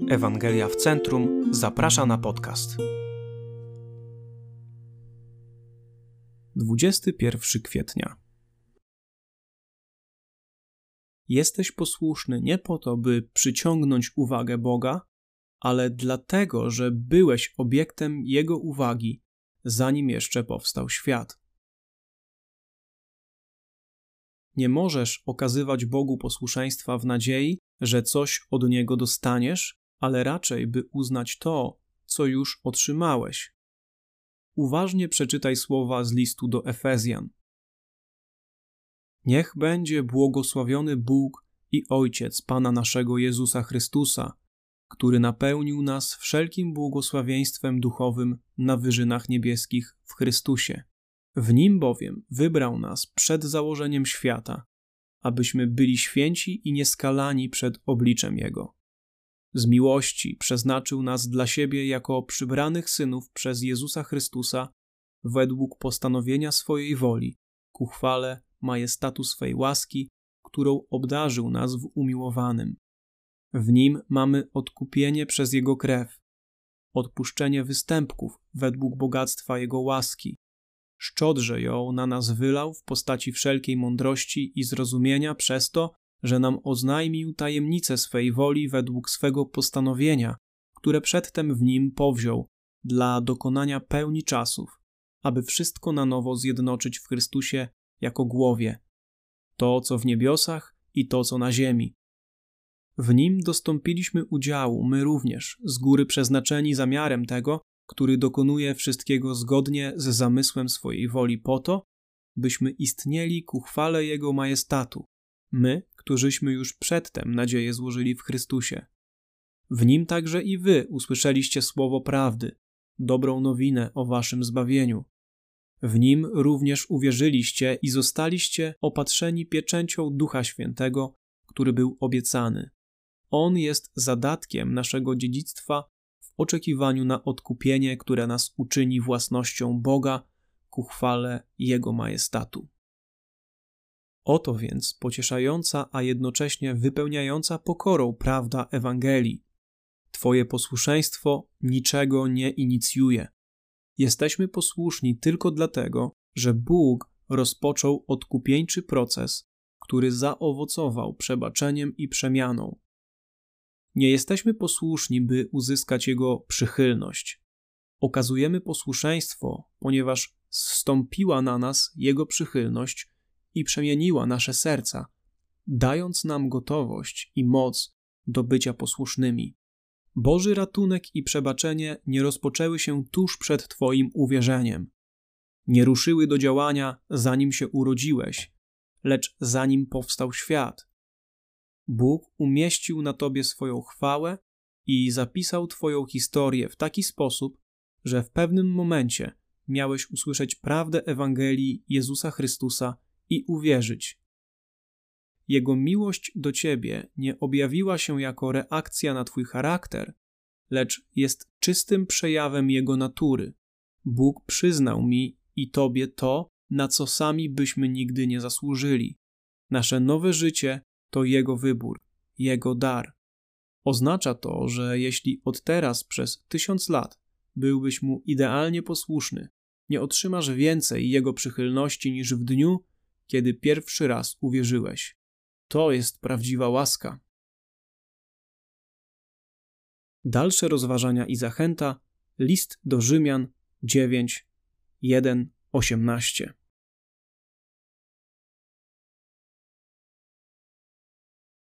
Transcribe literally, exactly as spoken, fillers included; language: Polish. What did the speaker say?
Ewangelia w Centrum zaprasza na podcast. dwudziestego pierwszego kwietnia. Jesteś posłuszny nie po to, by przyciągnąć uwagę Boga, ale dlatego, że byłeś obiektem Jego uwagi, zanim jeszcze powstał świat. Nie możesz okazywać Bogu posłuszeństwa w nadziei, że coś od Niego dostaniesz, ale raczej, by uznać to, co już otrzymałeś. Uważnie przeczytaj słowa z listu do Efezjan. Niech będzie błogosławiony Bóg i Ojciec Pana naszego Jezusa Chrystusa, który napełnił nas wszelkim błogosławieństwem duchowym na wyżynach niebieskich w Chrystusie. W Nim bowiem wybrał nas przed założeniem świata, abyśmy byli święci i nieskalani przed obliczem Jego. Z miłości przeznaczył nas dla siebie jako przybranych synów przez Jezusa Chrystusa według postanowienia swojej woli, ku chwale majestatu swej łaski, którą obdarzył nas w umiłowanym. W Nim mamy odkupienie przez Jego krew, odpuszczenie występków według bogactwa Jego łaski. Szczodrze ją na nas wylał w postaci wszelkiej mądrości i zrozumienia przez to, że nam oznajmił tajemnicę swej woli według swego postanowienia, które przedtem w Nim powziął dla dokonania pełni czasów, aby wszystko na nowo zjednoczyć w Chrystusie jako głowie, to co w niebiosach i to co na ziemi. W Nim dostąpiliśmy udziału, my również, z góry przeznaczeni zamiarem tego, który dokonuje wszystkiego zgodnie z zamysłem swojej woli po to, byśmy istnieli ku chwale Jego majestatu, my, którzyśmy już przedtem nadzieję złożyli w Chrystusie. W Nim także i wy usłyszeliście słowo prawdy, dobrą nowinę o waszym zbawieniu. W Nim również uwierzyliście i zostaliście opatrzeni pieczęcią Ducha Świętego, który był obiecany. On jest zadatkiem naszego dziedzictwa w oczekiwaniu na odkupienie, które nas uczyni własnością Boga ku chwale Jego majestatu. Oto więc pocieszająca, a jednocześnie wypełniająca pokorą prawda Ewangelii. Twoje posłuszeństwo niczego nie inicjuje. Jesteśmy posłuszni tylko dlatego, że Bóg rozpoczął odkupieńczy proces, który zaowocował przebaczeniem i przemianą. Nie jesteśmy posłuszni, by uzyskać Jego przychylność. Okazujemy posłuszeństwo, ponieważ zstąpiła na nas Jego przychylność i przemieniła nasze serca, dając nam gotowość i moc do bycia posłusznymi. Boży ratunek i przebaczenie nie rozpoczęły się tuż przed Twoim uwierzeniem. Nie ruszyły do działania, zanim się urodziłeś, lecz zanim powstał świat. Bóg umieścił na Tobie swoją chwałę i zapisał Twoją historię w taki sposób, że w pewnym momencie miałeś usłyszeć prawdę Ewangelii Jezusa Chrystusa i uwierzyć. Jego miłość do Ciebie nie objawiła się jako reakcja na Twój charakter, lecz jest czystym przejawem Jego natury. Bóg przyznał mi i Tobie to, na co sami byśmy nigdy nie zasłużyli. Nasze nowe życie to Jego wybór, Jego dar. Oznacza to, że jeśli od teraz przez tysiąc lat byłbyś Mu idealnie posłuszny, nie otrzymasz więcej Jego przychylności niż w dniu, kiedy pierwszy raz uwierzyłeś. To jest prawdziwa łaska. Dalsze rozważania i zachęta. List do Rzymian dziewięć, jeden, osiemnaście.